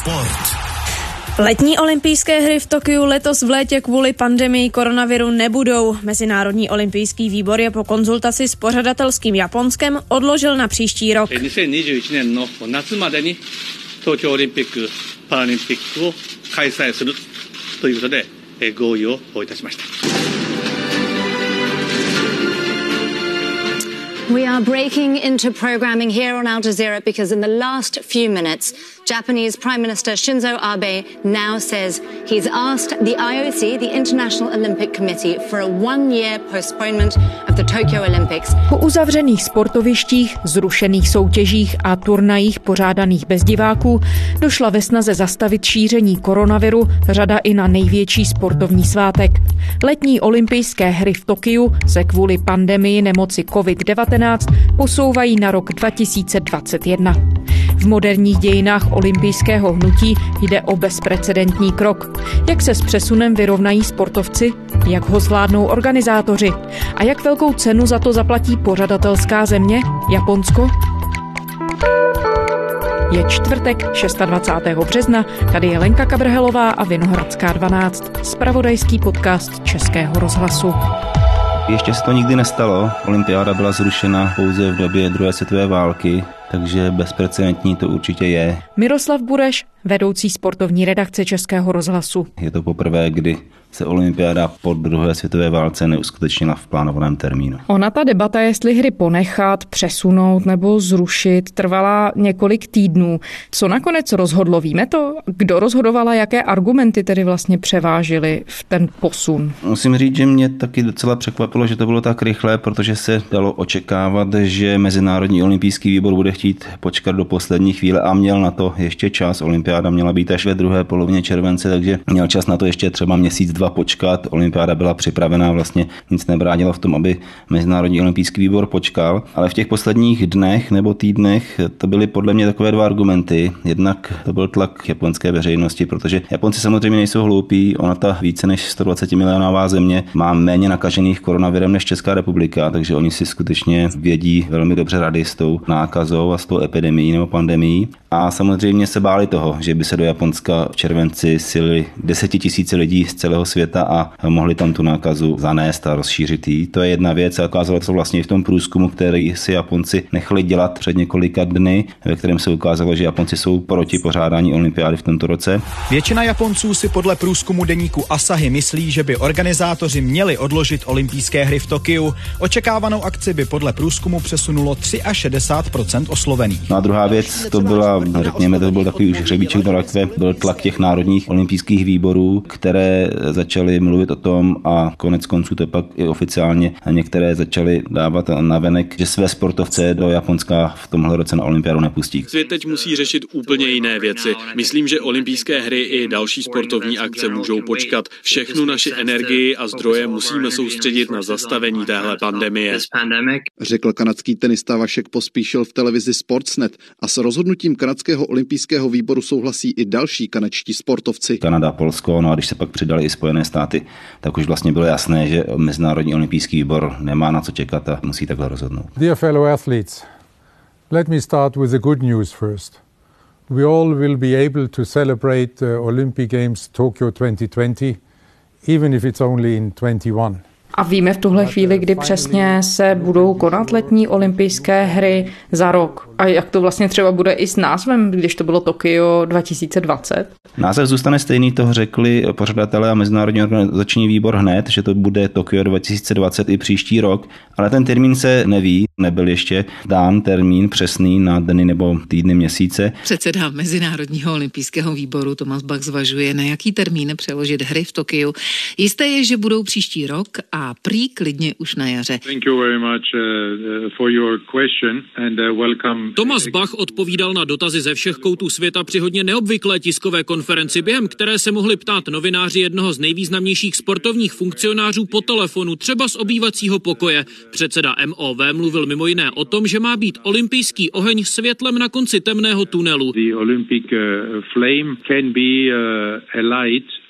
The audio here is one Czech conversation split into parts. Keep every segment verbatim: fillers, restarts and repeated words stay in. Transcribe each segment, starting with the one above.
Sport. Letní olympijské hry v Tokiu letos v létě kvůli pandemii koronaviru nebudou. Mezinárodní olympijský výbor je po konzultaci s pořadatelským Japonskem odložil na příští rok. We are breaking into programming here on Al Jazeera because in the last few minutes, Japanese Prime Minister Shinzo Abe now says he's asked the I O C, the International Olympic Committee, for a one-year postponement of the Tokyo Olympics. Po uzavřených sportovištích, zrušených soutěžích a turnajích pořádaných bez diváků došla ve snaze zastavit šíření koronaviru řada i na největší sportovní svátek. Letní olympijské hry v Tokiu se kvůli pandemii nemoci covid devatenáct posouvají na rok dva tisíce dvacet jedna. V moderních dějinách olympijského hnutí jde o bezprecedentní krok. Jak se s přesunem vyrovnají sportovci? Jak ho zvládnou organizátoři? A jak velkou cenu za to zaplatí pořadatelská země, Japonsko? Je čtvrtek dvacátého šestého března, tady je Lenka Kabrhelová a Vinohradská dvanáct, zpravodajský podcast Českého rozhlasu. Ještě se to nikdy nestalo, olympiáda byla zrušena pouze v době druhé světové války, takže bezprecedentní to určitě je. Miroslav Bureš, vedoucí sportovní redakce Českého rozhlasu. Je to poprvé, kdy se olympiáda po druhé světové válce neuskutečnila v plánovaném termínu. Ona ta debata, jestli hry ponechat, přesunout nebo zrušit, trvala několik týdnů. Co nakonec rozhodlo? Víme to? Kdo rozhodovala, jaké argumenty tedy vlastně převážily v ten posun? Musím říct, že mě taky docela překvapilo, že to bylo tak rychle, protože se dalo očekávat, že Mezinárodní olympijský výbor bude chtít počkat do poslední chvíle a měl na to ještě čas. Olympiáda měla být až ve druhé polovině července, takže měl čas na to ještě třeba měsíc, dva počkat. Olympiáda byla připravená, vlastně nic nebránilo v tom, aby Mezinárodní olympijský výbor počkal, ale v těch posledních dnech nebo týdnech to byly podle mě takové dva argumenty. Jednak to byl tlak japonské veřejnosti, protože Japonci samozřejmě nejsou hloupí, ona ta více než sto dvacet milionová země má méně nakažených koronavirem než Česká republika, takže oni si skutečně vědí velmi dobře rady s tou nákazou a s tou epidemií nebo pandemií. A samozřejmě se báli toho, že by se do Japonska v červenci silili desetitisíce lidí z celého světa a mohli tam tu nákazu zanést a rozšířit jí. To je jedna věc a ukázalo to vlastně i v tom průzkumu, který si Japonci nechali dělat před několika dny, ve kterém se ukázalo, že Japonci jsou proti pořádání olympiády v tomto roce. Většina Japonců si podle průzkumu deníku Asahi myslí, že by organizátoři měli odložit olympijské hry v Tokiu. Očekávanou akci by podle průzkumu přesunulo šedesát tři procent oslovených. No a druhá věc, to byla, řekněme, to byl takový už hřebíček do rakve, byl tlak těch národních olympijských výborů, které začaly mluvit o tom a konec konců to pak i oficiálně některé začaly dávat navenek, že své sportovce do Japonska v tomhle roce na olympiádu nepustí. Svět teď musí řešit úplně jiné věci. Myslím, že olympijské hry i další sportovní akce můžou počkat. Všechnu naši energii a zdroje musíme soustředit na zastavení téhle pandemie. Řekl kanadský tenista Vašek Pospíšil v televizi Sportsnet a s rozhodnutím kanadského olympijského výboru souhlasí i další kanadští sportovci. Kanada, Polsko, no a když se pak přidali i Spojené státy, tak už vlastně bylo jasné, že Mezinárodní olympijský výbor nemá na co čekat a musí takhle rozhodnout. Dear fellow athletes, let me start with the good news first. We all will be able to celebrate the Olympic Games Tokyo twenty twenty, even if it's only in twenty-one. A víme v tuhle chvíli, kdy přesně se budou konat letní olympijské hry za rok. A jak to vlastně třeba bude i s názvem, když to bylo Tokio dva tisíce dvacet? Název zůstane stejný, toho řekli pořadatelé a Mezinárodní organizační výbor hned, že to bude Tokio dva tisíce dvacet i příští rok, ale ten termín se neví, nebyl ještě dán termín přesný na dny nebo týdny, měsíce. Předseda Mezinárodního olympijského výboru Tomáš Bach zvažuje, na jaký termín přeložit hry v Tokiu. Jisté je, že budou příští rok a prý klidně už na jaře. Tomáš Bach odpovídal na dotazy ze všech koutů světa při hodně neobvyklé tiskové konferenci, během které se mohli ptát novináři jednoho z nejvýznamnějších sportovních funkcionářů po telefonu, třeba z obývacího pokoje. Předseda M O V mluvil mimo jiné o tom, že má být olympijský oheň světlem na konci temného tunelu. The Olympic flame can be a light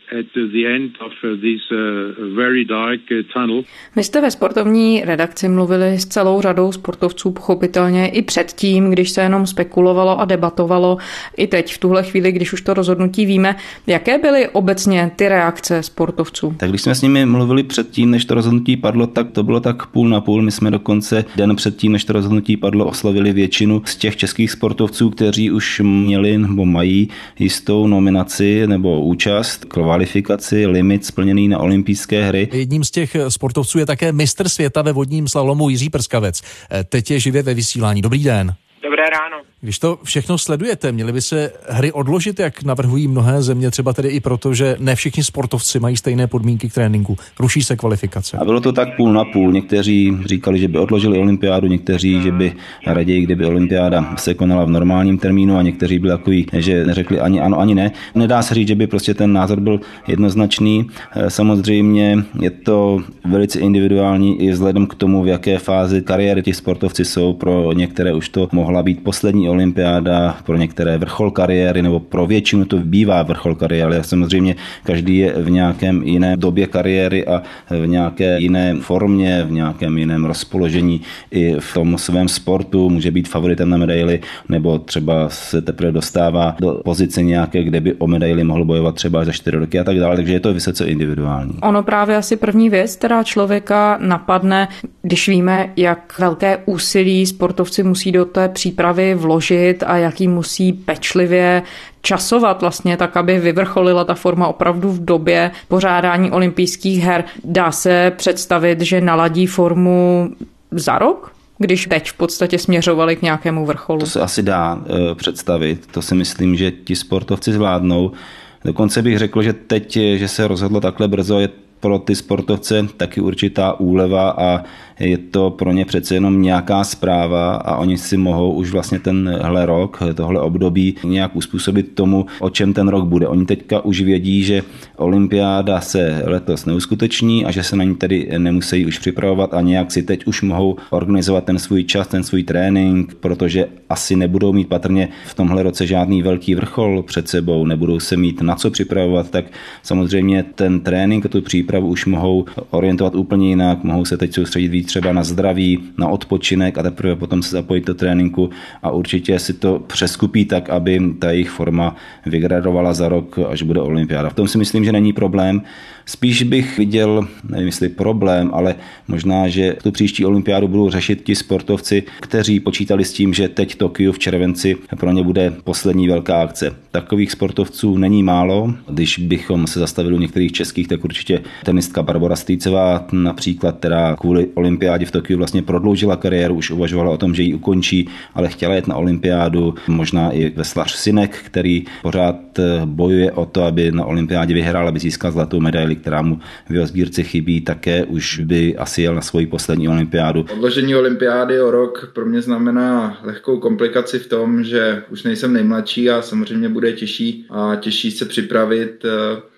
Vy jste ve sportovní redakci mluvili s celou řadou sportovců, pochopitelně i předtím, když se jenom spekulovalo a debatovalo, i teď v tuhle chvíli, když už to rozhodnutí víme. Jaké byly obecně ty reakce sportovců? Tak když jsme s nimi mluvili předtím, než to rozhodnutí padlo, tak to bylo tak půl na půl. My jsme dokonce den předtím, než to rozhodnutí padlo, oslovili většinu z těch českých sportovců, kteří už měli nebo mají jistou nominaci nebo účast, kvalifikaci, limit splněný na olympijské hry. Jedním z těch sportovců je také mistr světa ve vodním slalomu Jiří Prskavec. Teď je živě ve vysílání. Dobrý den. Dobré ráno. Když to všechno sledujete, měly by se hry odložit, jak navrhují mnohé země, třeba tedy i proto, že ne všichni sportovci mají stejné podmínky k tréninku. Ruší se kvalifikace. A bylo to tak půl na půl. Někteří říkali, že by odložili olympiádu, někteří, že by raději, kdyby olympiáda se konala v normálním termínu, a někteří byli takový, že neřekli ani ano, ani ne. Nedá se říct, že by prostě ten názor byl jednoznačný. Samozřejmě je to velice individuální i vzhledem k tomu, v jaké fázi kariéry ti sportovci jsou. Pro některé už to mohla být poslední olympiáda, pro některé vrchol kariéry, nebo pro většinu to bývá vrchol kariéry, ale samozřejmě každý je v nějakém jiné době kariéry a v nějaké jiné formě, v nějakém jiném rozpoložení i v tom svém sportu, může být favoritem na medaili, nebo třeba se teprve dostává do pozice nějaké, kde by o medaili mohl bojovat třeba za čtyři roky a tak dále, takže je to vysoce individuální. Ono právě asi první věc, která člověka napadne, když víme, jak velké úsilí sportovci musí do té přípravy vložit a jaký musí pečlivě časovat vlastně tak, aby vyvrcholila ta forma opravdu v době pořádání olympijských her. Dá se představit, že naladí formu za rok, když teď v podstatě směřovali k nějakému vrcholu? To se asi dá e, představit. To si myslím, že ti sportovci zvládnou. Dokonce bych řekl, že teď, že se rozhodlo takhle brzo, je pro ty sportovce taky určitá úleva a je to pro ně přece jenom nějaká zpráva a oni si mohou už vlastně tenhle rok, tohle období nějak uspůsobit tomu, o čem ten rok bude. Oni teďka už vědí, že olympiáda se letos neuskuteční a že se na ní tedy nemusí už připravovat a nějak si teď už mohou organizovat ten svůj čas, ten svůj trénink, protože asi nebudou mít patrně v tomhle roce žádný velký vrchol před sebou, nebudou se mít na co připravovat, tak samozřejmě ten trénink a tu přípravu už mohou orientovat úplně jinak, mohou se teď soustředit víc třeba na zdraví, na odpočinek a teprve potom se zapojit do tréninku a určitě si to přeskupí tak, aby ta jejich forma vygradovala za rok, až bude olympiáda. V tom si myslím, že není problém. Spíš bych viděl, nevím jestli problém, ale možná, že tu příští olympiádu budou řešit ti sportovci, kteří počítali s tím, že teď Tokio v červenci pro ně bude poslední velká akce. Takových sportovců není málo. Když bychom se zastavili u některých českých, tak určitě tenistka Barbora Strýcová například, která kvůli olympiádě v Tokiu vlastně prodloužila kariéru, už uvažovala o tom, že ji ukončí, ale chtěla jet na olympiádu. Možná i veslař Synek, který pořád bojuje o to, aby na olympiádě vyhrál, aby získal zlatou medaili, která mu v jeho sbírce chybí, také už by asi jel na svoji poslední olympiádu. Odložení olympiády o rok pro mě znamená lehkou komplikaci v tom, že už nejsem nejmladší a samozřejmě bude těžší a těžší se připravit,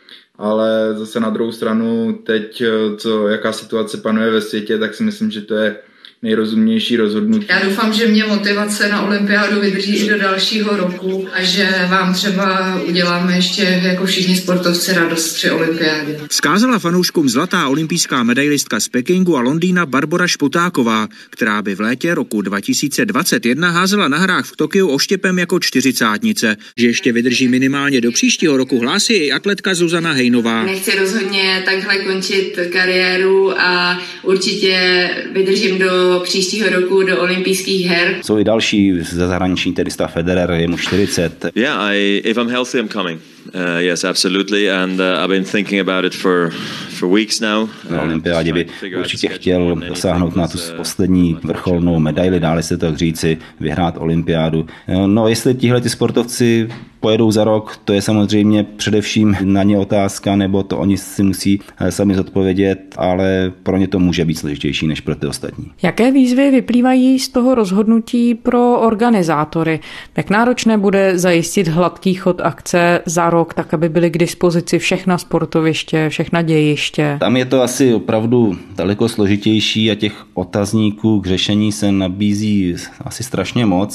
ale zase na druhou stranu teď, co, jaká situace panuje ve světě, tak si myslím, že to je nejrozumnější rozhodnutí. Já doufám, že mě motivace na olympiádu vydrží i do dalšího roku a že vám třeba uděláme ještě jako všichni sportovci radost při olympiádě. Vzkázala fanouškům zlatá olympijská medailistka z Pekingu a Londýna Barbora Špotáková, která by v létě roku dva tisíce dvacet jedna házela na hrách v Tokiu oštěpem jako čtyřicátnice. Že ještě vydrží minimálně do příštího roku, hlásí i atletka Zuzana Hejnová. Nechci rozhodně takhle končit kariéru a určitě vydržím do příštího roku do olympijských her. Jsou i další ze zahraniční, tenista Federer, je mu čtyřicet. Yeah, I, if I'm healthy, I'm coming. Uh, yes, absolutely, and uh, I've been thinking about it for for weeks now. Na olympiádě by určitě chtěl dosáhnout na tu poslední vrcholnou medaili, dále se tak říci, vyhrát olympiádu. No, jestli tihle ty sportovci pojedou za rok, to je samozřejmě především na ně otázka, nebo to oni si musí sami zodpovědět, ale pro ně to může být složitější než pro ty ostatní. Jaké výzvy vyplývají z toho rozhodnutí pro organizátory? Jak náročné bude zajistit hladký chod akce za rok, tak aby byly k dispozici všechna sportoviště, všechna dějiště? Tam je to asi opravdu daleko složitější a těch otazníků k řešení se nabízí asi strašně moc.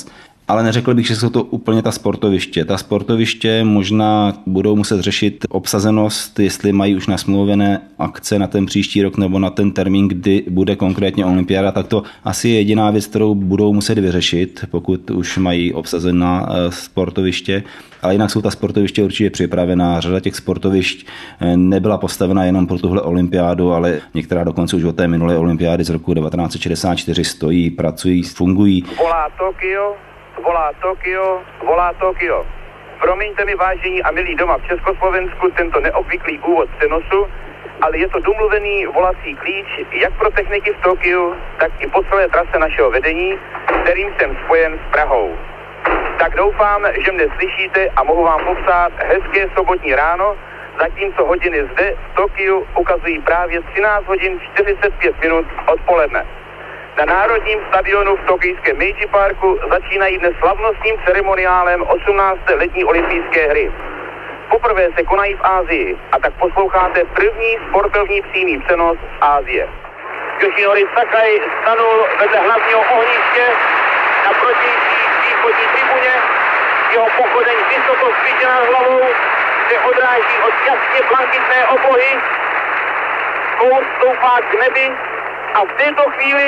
Ale neřekl bych, že jsou to úplně ta sportoviště. Ta sportoviště možná budou muset řešit obsazenost, jestli mají už nasmluvené akce na ten příští rok nebo na ten termín, kdy bude konkrétně olympiáda, tak to asi je jediná věc, kterou budou muset vyřešit, pokud už mají obsazená sportoviště. Ale jinak jsou ta sportoviště určitě připravená. Řada těch sportovišť nebyla postavena jenom pro tuhle olympiádu, ale některá dokonce už od té minulé olympiády z roku devatenáct set šedesát čtyři stojí, pracují, fungují. Volá Tokio, volá Tokio, volá Tokio. Promiňte mi, vážení a milí doma v Československu, tento neobvyklý úvod přenosu, ale je to domluvený volací klíč jak pro techniky v Tokiu, tak i po celé trase našeho vedení, kterým jsem spojen s Prahou. Tak doufám, že mne slyšíte a mohu vám popsat hezké sobotní ráno, zatímco hodiny zde v Tokiu ukazují právě třináct hodin čtyřicet pět minut odpoledne. Na národním stadionu v tokijském Meiji Parku začínají dnes slavnostním ceremoniálem osmnácté letní olympijské hry. Poprvé se konají v Asii a tak posloucháte první sportovní přímý přenos z Asie. Yoshinori Sakai stanul vedle hlavního ohniště na protější východní tribuně. Jeho pochodeň vysoko vzpíše nad hlavou se odráží od jasně blankitné oblohy. Kous stoupá k nebi a v této chvíli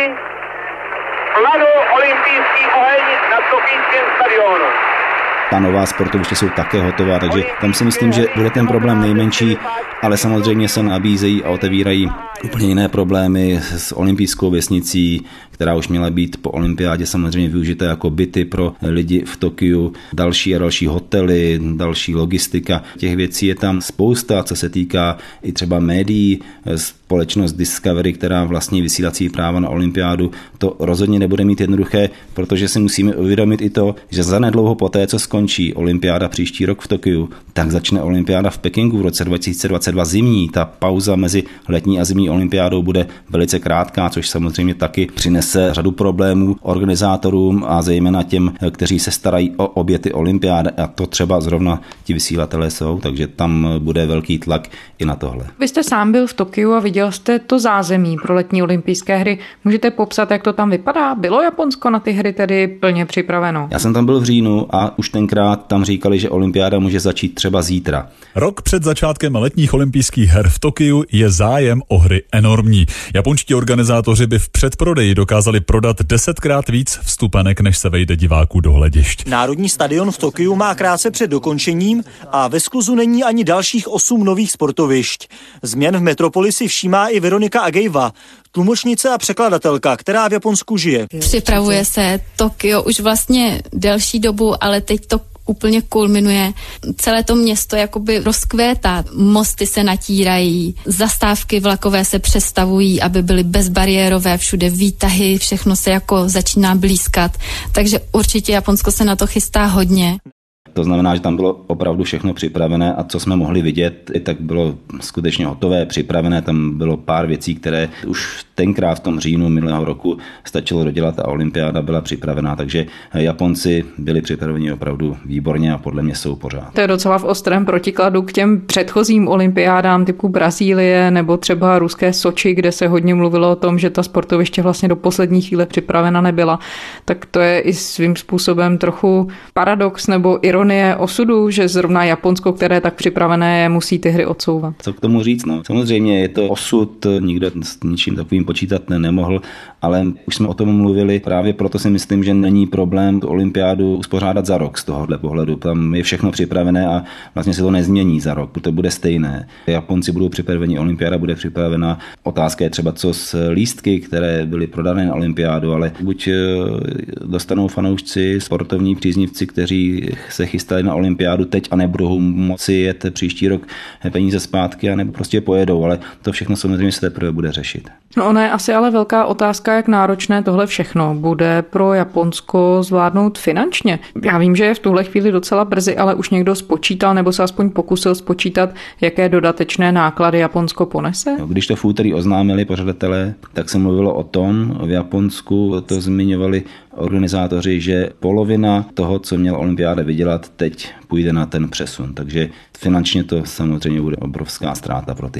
pladl olympijský oheň na tokijském stadionu. Ta nová sportoviště jsou také hotová, takže tam si myslím, že bude ten problém nejmenší, ale samozřejmě se nabízejí a otevírají úplně jiné problémy s olympijskou vesnicí, která už měla být po olympiádě samozřejmě využita jako byty pro lidi v Tokiu, další a další hotely, další logistika. Těch věcí je tam spousta, co se týká i třeba médií, společnost Discovery, která vlastní vysílací práva na olympiádu, to rozhodně nebude mít jednoduché, protože si musíme uvědomit i to, že zanedlouho poté, co skončí olympiáda příští rok v Tokiu, tak začne olympiáda v Pekingu v roce dva tisíce dvacet dva zimní. Ta pauza mezi letní a zimní olympiádou bude velice krátká, což samozřejmě taky přinese řadu problémů organizátorům a zejména těm, kteří se starají o obě ty olympiády, a to třeba zrovna ti vysílatelé jsou, takže tam bude velký tlak i na tohle. Vy jste sám byl v Tokiu a viděl jste to zázemí pro letní olympijské hry. Můžete popsat, jak to tam vypadá? Bylo Japonsko na ty hry tedy plně připraveno? Já jsem tam byl v říjnu a už tenkrát tam říkali, že olympiáda může začít třeba zítra. Rok před začátkem letních olympijských her v Tokiu je zájem o hry enormní. Japonští organizátoři by v předprodeji dokázali prodat desetkrát víc vstupenek, než se vejde diváků do hledišť. Národní stadion v Tokiu má krátce před dokončením a ve skluzu není ani dalších osm nových sportovišť. Změn v metropoli si všímá i Veronika Agejva, tlumočnice a překladatelka, která v Japonsku žije. Připravuje se Tokio už vlastně delší dobu, ale teď to úplně kulminuje. Celé to město jakoby rozkvétá. Mosty se natírají, zastávky vlakové se přestavují, aby byly bezbariérové, všude výtahy, všechno se jako začíná blízkat. Takže určitě Japonsko se na to chystá hodně. To znamená, že tam bylo opravdu všechno připravené a co jsme mohli vidět, tak bylo skutečně hotové, připravené. Tam bylo pár věcí, které už tenkrát v tom říjnu minulého roku stačilo dodělat a olympiáda byla připravená, takže Japonci byli připraveni opravdu výborně a podle mě jsou pořád. To je docela v ostrém protikladu k těm předchozím olympiádám typu Brazílie nebo třeba ruské Soči, kde se hodně mluvilo o tom, že ta sportoviště vlastně do poslední chvíle připravena nebyla. Tak to je i svým způsobem trochu paradox nebo ironie osudu, že zrovna Japonsko, které je tak připravené, je, musí ty hry odsouvat. Co k tomu říct? No? Samozřejmě je to osud, nikdo s ničím takovým počítat nemohl, ale už jsme o tom mluvili, právě proto si myslím, že není problém tu olympiádu uspořádat za rok z tohohle pohledu. Tam je všechno připravené a vlastně se to nezmění za rok, to bude stejné. Japonci budou připraveni, olympiáda bude připravena. Otázka je třeba co s lístky, které byly prodané na olympiádu, ale buď dostanou fanoušci, sportovní příznivci, kteří se chystali na olympiádu teď a nebudou moci jet příští rok peníze zpátky, a nebo prostě pojedou, ale to všechno samozřejmě se teprve bude řešit. No ona je asi ale velká otázka, jak náročné tohle všechno bude pro Japonsko zvládnout finančně. Já vím, že je v tuhle chvíli docela brzy, ale už někdo spočítal nebo se aspoň pokusil spočítat, jaké dodatečné náklady Japonsko ponese? No, když to v úterý oznámili pořadatelé, tak se mluvilo o tom, v Japonsku to zmiňovali organizátoři, že polovina toho, co měl olympiáda vydělat, teď půjde na ten přesun. Takže finančně to samozřejmě bude obrovská ztráta pro ty hry.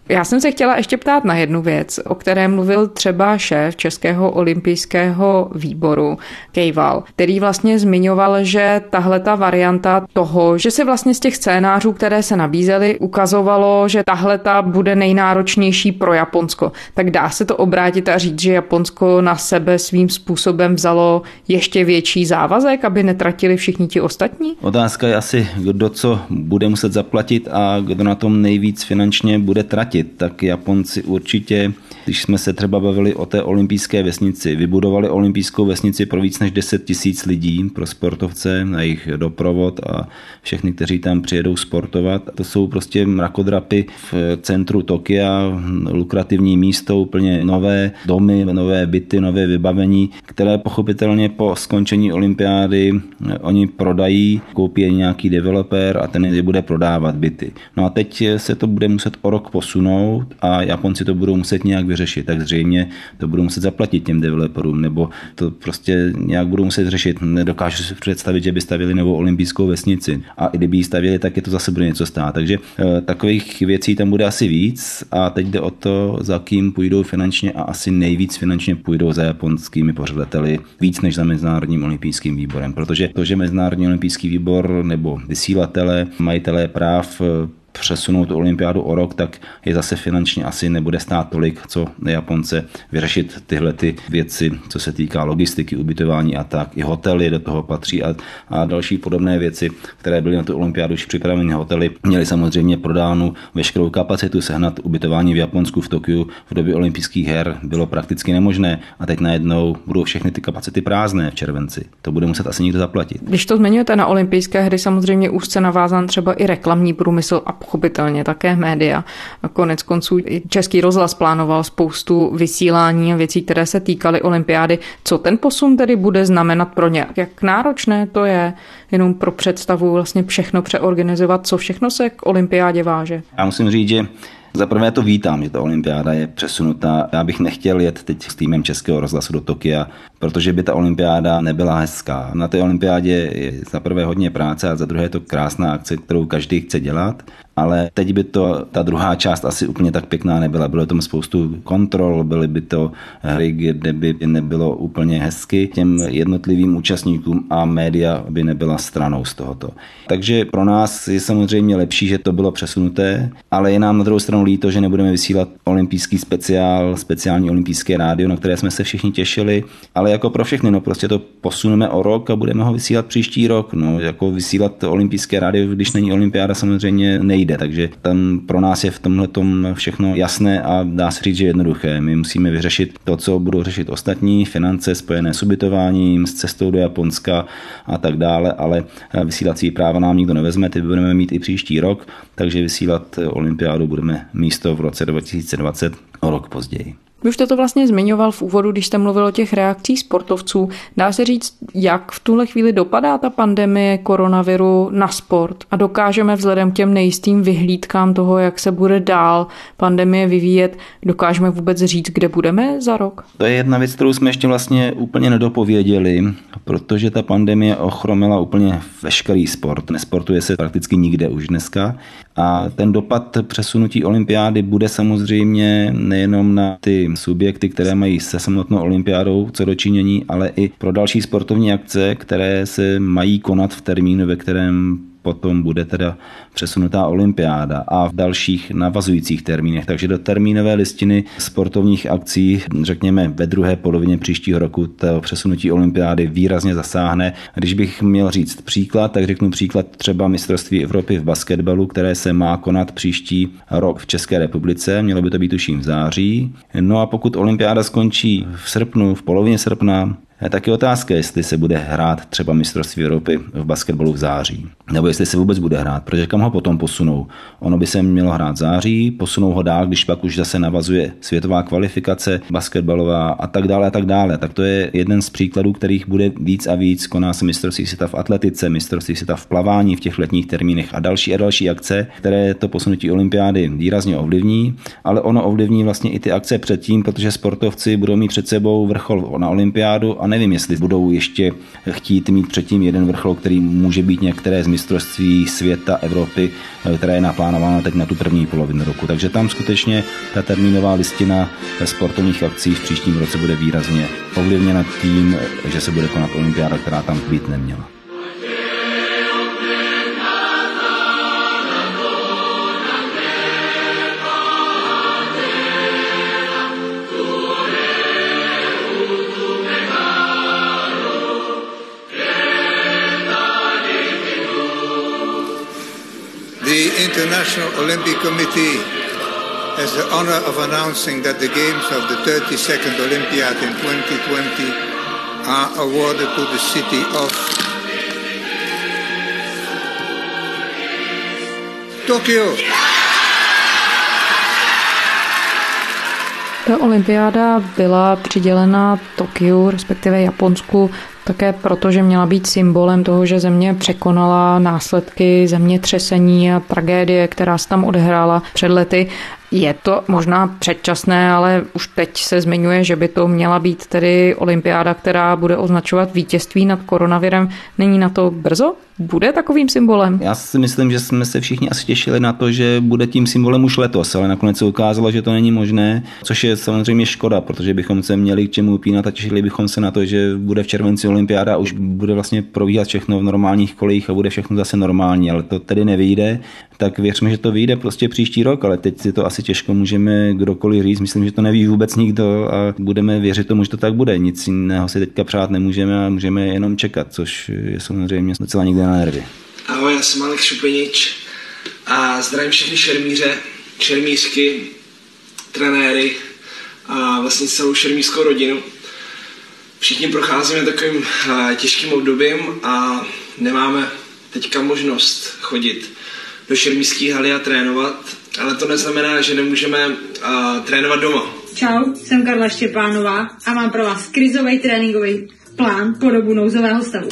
Já jsem se chtěla ještě ptát na jednu věc, o které mluvil třeba šéf Českého olympijského výboru Kejval, který vlastně zmiňoval, že tahle ta varianta toho, že se vlastně z těch scénářů, které se nabízely, ukazovalo, že tahle ta bude nejnáročnější pro Japonsko. Tak dá se to obrátit a říct, že Japonsko na sebe svým způsobem vzalo ještě větší závazek, aby netratili všichni ti ostatní? Otázka je asi, kdo co bude muset zaplatit a kdo na tom nejvíc finančně bude tratit. Tak Japonci určitě, když jsme se třeba bavili o té olympijské vesnici, vybudovali olympijskou vesnici pro víc než deset tisíc lidí, pro sportovce, na jejich doprovod a všechny, kteří tam přijedou sportovat. To jsou prostě mrakodrapy v centru Tokia, lukrativní místo, úplně nové domy, nové byty, nové vybavení, které pochopitelně po skončení olympiády oni prodají, koupí nějaký developer a ten je bude prodávat byty. No a teď se to bude muset o rok posunout a Japonci to budou muset nějak vyřešit, tak zřejmě to budou muset zaplatit těm developerům, nebo to prostě nějak budou muset řešit. Nedokážu si představit, že by stavili novou olympijskou vesnici a i kdyby ji stavili, tak je to zase bude něco stát. Takže e, takových věcí tam bude asi víc a teď jde o to, za kým půjdou finančně a asi nejvíc finančně půjdou za japonskými pořadateli, víc než za Mezinárodním olympijským výborem, protože to, že Mezinárodní olympijský výbor nebo vysílatele, majitelé práv přesunout olympiádu o rok, tak je zase finančně asi nebude stát tolik, co Japonce vyřešit tyhle ty věci, co se týká logistiky, ubytování a tak. I hotely do toho patří a, a další podobné věci, které byly na tu olympiádu už připraveny. Hotely měly samozřejmě prodánu veškerou kapacitu, sehnat ubytování v Japonsku, v Tokiu v době olympijských her bylo prakticky nemožné a teď najednou budou všechny ty kapacity prázdné v červenci. To bude muset asi někdo zaplatit. Když to zmiňujete na olympijské hry, samozřejmě úzce navázán třeba i reklamní průmysl a pochopitelně také média. A konec konců Český rozhlas plánoval spoustu vysílání a věcí, které se týkaly olympiády. Co ten posun tedy bude znamenat pro ně? Jak náročné to je jenom pro představu vlastně všechno přeorganizovat, co všechno se k olympiádě váže? Já musím říct, že za prvé to vítám, že ta olympiáda je přesunutá. Já bych nechtěl jet teď s týmem Českého rozhlasu do Tokia, protože by ta olympiáda nebyla hezká. Na té olympiádě je za prvé hodně práce a za druhé je to krásná akce, kterou každý chce dělat. Ale teď by to, ta druhá část asi úplně tak pěkná nebyla. Bylo tam spoustu kontrol, byly by to hry, kde by nebylo úplně hezky těm jednotlivým účastníkům a média by nebyla stranou z tohoto. Takže pro nás je samozřejmě lepší, že to bylo přesunuté, ale je nám na druhou stranu líto, že nebudeme vysílat olympijský speciál, speciální olympijské rádio, na které jsme se všichni těšili, ale jako pro všechny, no prostě to posuneme o rok a budeme ho vysílat příští rok. No, jako vysílat olympijské rádio, když není olympiáda, samozřejmě nejde. Takže tam pro nás je v tomhletom všechno jasné a dá se říct, že jednoduché. My musíme vyřešit to, co budou řešit ostatní, finance spojené s ubytováním, s cestou do Japonska a tak dále, ale vysílací práva nám nikdo nevezme, ty budeme mít i příští rok, takže vysílat olympiádu budeme místo v roce dva tisíce dvacet o rok později. Vy už jste to vlastně zmiňoval v úvodu, když jste mluvil o těch reakcích sportovců. Dá se říct, jak v tuhle chvíli dopadá ta pandemie koronaviru na sport a dokážeme vzhledem k těm nejistým vyhlídkám toho, jak se bude dál pandemie vyvíjet, dokážeme vůbec říct, kde budeme za rok? To je jedna věc, kterou jsme ještě vlastně úplně nedopověděli, protože ta pandemie ochromila úplně veškerý sport. Nesportuje se prakticky nikde už dneska. A ten dopad přesunutí olympiády bude samozřejmě nejenom na ty subjekty, které mají se samotnou olympiádou co dočinění, ale i pro další sportovní akce, které se mají konat v termínu, ve kterém potom bude teda přesunutá olympiáda a v dalších navazujících termínech. Takže do termínové listiny sportovních akcí, řekněme ve druhé polovině příštího roku, to přesunutí olympiády výrazně zasáhne. Když bych měl říct příklad, tak řeknu příklad třeba mistrovství Evropy v basketbalu, které se má konat příští rok v České republice. Mělo by to být tuším v září. No a pokud olympiáda skončí v srpnu, v polovině srpna, tak je otázka, jestli se bude hrát třeba mistrovství Evropy v basketbalu v září. Nebo jestli se vůbec bude hrát, protože kam ho potom posunou. Ono by se mělo hrát v září, posunou ho dál, když pak už zase navazuje světová kvalifikace basketbalová a tak dále a tak dále. Tak to je jeden z příkladů, kterých bude víc a víc. Koná se mistrovství světa v atletice, mistrovství světa v plavání v těch letních termínech a další a další akce, které to posunutí olympiády výrazně ovlivní, ale ono ovlivní vlastně i ty akce předtím, protože sportovci budou mít před sebou vrchol na olympiádu a nevím, jestli budou ještě chtít mít předtím jeden vrchol, který může být některé z mistrovství světa, Evropy, která je naplánována teď na tu první polovinu roku. Takže tam skutečně ta termínová listina sportovních akcí v příštím roce bude výrazně ovlivněna tím, že se bude konat olympiáda, která tam být neměla. The International Olympic Committee has the honor of announcing that the games of the thirty-second Olympiad in twenty twenty are awarded to the city of Tokyo. Ta olympiáda byla přidělena Tokiu, respektive Japonsku, také proto, že měla být symbolem toho, že země překonala následky zemětřesení a tragédie, která se tam odehrála před lety. Je to možná předčasné, ale už teď se zmiňuje, že by to měla být tedy olympiáda, která bude označovat vítězství nad koronavirem. Není na to brzo? Bude takovým symbolem? Já si myslím, že jsme se všichni asi těšili na to, že bude tím symbolem už letos, ale nakonec se ukázalo, že to není možné, což je samozřejmě škoda, protože bychom se měli k čemu upínat a těšili bychom se na to, že bude v červenci olympiáda a už bude vlastně probíhat všechno v normálních kolejích a bude všechno zase normální, ale to tedy nevyjde. Tak věřme, že to vyjde prostě příští rok, ale teď si to asi těžko můžeme kdokoliv říct. Myslím, že to neví vůbec nikdo a budeme věřit tomu, že to tak bude. Nic jiného si teďka přát nemůžeme a můžeme jenom čekat, což je samozřejmě docela někde na nervy. Ahoj, já jsem Alek Šupenič a zdravím všechny šermíře, šermířky, trenéry a vlastně celou šermířskou rodinu. Všichni procházíme takovým těžkým obdobím a nemáme teďka možnost chodit do šermířské haly a trénovat, ale to neznamená, že nemůžeme uh, trénovat doma. Čau, jsem Karla Štěpánová a mám pro vás krizový tréninkový plán po dobu nouzového stavu.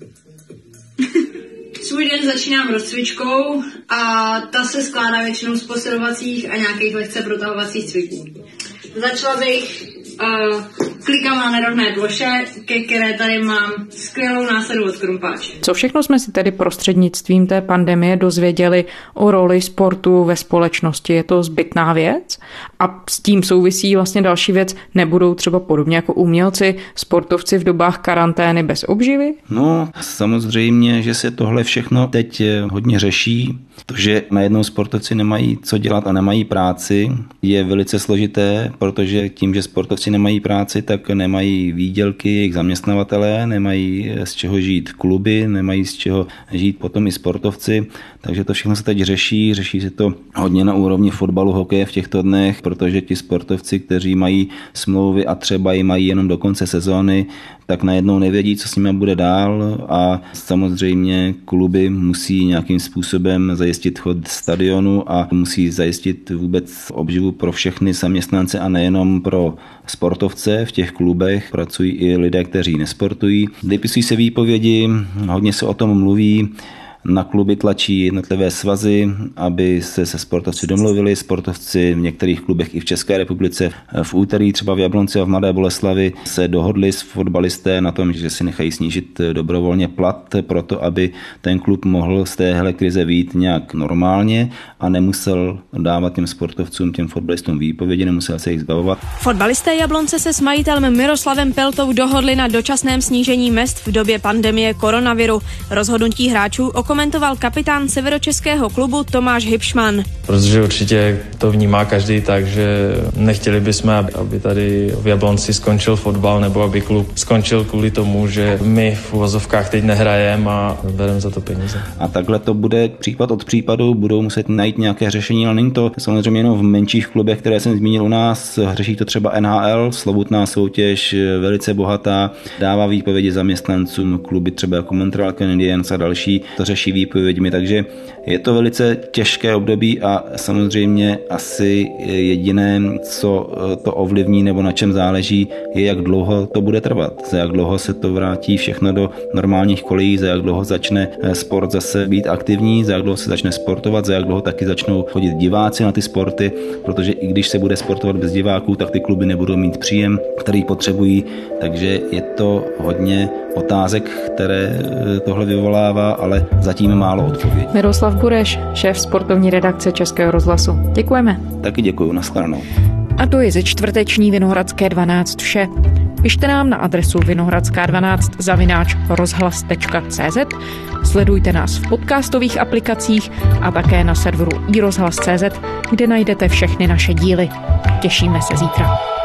Svůj den začínám rozcvičkou a ta se skládá většinou z posilovacích a nějakých lehce protahovacích cviků. Začala bych uh, klikám na nerovné ploše, ke které tady mám skvělou násadu od Krumpáče. Co všechno jsme si tedy prostřednictvím té pandemie dozvěděli o roli sportu ve společnosti? Je to zbytná věc? A s tím souvisí vlastně další věc, nebudou třeba podobně jako umělci, sportovci v dobách karantény bez obživy? No, samozřejmě, že se tohle všechno teď hodně řeší. To, že najednou sportovci nemají co dělat a nemají práci, je velice složité, protože tím, že sportovci nemají práci, tak nemají výdělky jejich zaměstnavatelé, nemají z čeho žít kluby, nemají z čeho žít potom i sportovci, takže to všechno se teď řeší, řeší se to hodně na úrovni fotbalu, hokeje v těchto dnech, protože ti sportovci, kteří mají smlouvy a třeba ji mají jenom do konce sezóny, tak najednou nevědí, co s nimi bude dál a samozřejmě kluby musí nějakým způsobem zajistit chod stadionu a musí zajistit vůbec obživu pro všechny zaměstnance a nejenom pro sportovce. V těch klubech pracují i lidé, kteří nesportují. Vypisují se výpovědi, hodně se o tom mluví. Na kluby tlačí jednotlivé svazy, aby se se sportovci domluvili. Sportovci v některých klubech i v České republice v úterý třeba v Jablonci a v Mladé Boleslavi se dohodli s fotbalisté na tom, že si nechají snížit dobrovolně plat proto, aby ten klub mohl z téhle krize vyjít nějak normálně a nemusel dávat těm sportovcům, těm fotbalistům výpovědi, nemusel se jich zbavovat. Fotbalisté Jablonce se s majitelem Miroslavem Peltou dohodli na dočasném snížení mezd v době pandemie koronaviru. Rozhodnutí hráčů komentoval kapitán severočeského klubu Tomáš Hybšman. Protože určitě to vnímá každý tak, že nechtěli bychom, aby tady v Jablonci skončil fotbal nebo aby klub skončil kvůli tomu, že my v uvozovkách teď nehrajeme a bereme za to peníze. A takhle to bude případ od případu, budou muset najít nějaké řešení, ale není to samozřejmě jenom v menších klubech, které jsem zmínil u nás, řeší to třeba N H L, slovutná soutěž, velice bohatá, dává výpovědi zaměstnancům, kluby třeba jako Montreal Canadiens a další, to řeší výpověďmi, takže je to velice těžké období a samozřejmě asi jediné, co to ovlivní nebo na čem záleží, je, jak dlouho to bude trvat, za jak dlouho se to vrátí všechno do normálních kolejí, za jak dlouho začne sport zase být aktivní, za jak dlouho se začne sportovat, za jak dlouho taky začnou chodit diváci na ty sporty, protože i když se bude sportovat bez diváků, tak ty kluby nebudou mít příjem, který potřebují, takže je to hodně otázek, které tohle vyvolává, ale zatím málo odpovědí. Miroslav Bureš, šéf sportovní redakce Českého rozhlasu. Děkujeme. Taky děkuju, nashledanou. A to je ze čtvrteční Vinohradské dvanáct vše. Pište nám na adresu vinohradská dvanáct zavináč rozhlas tečka cé zet, sledujte nás v podcastových aplikacích a také na serveru i rozhlas tečka cé zet, kde najdete všechny naše díly. Těšíme se zítra.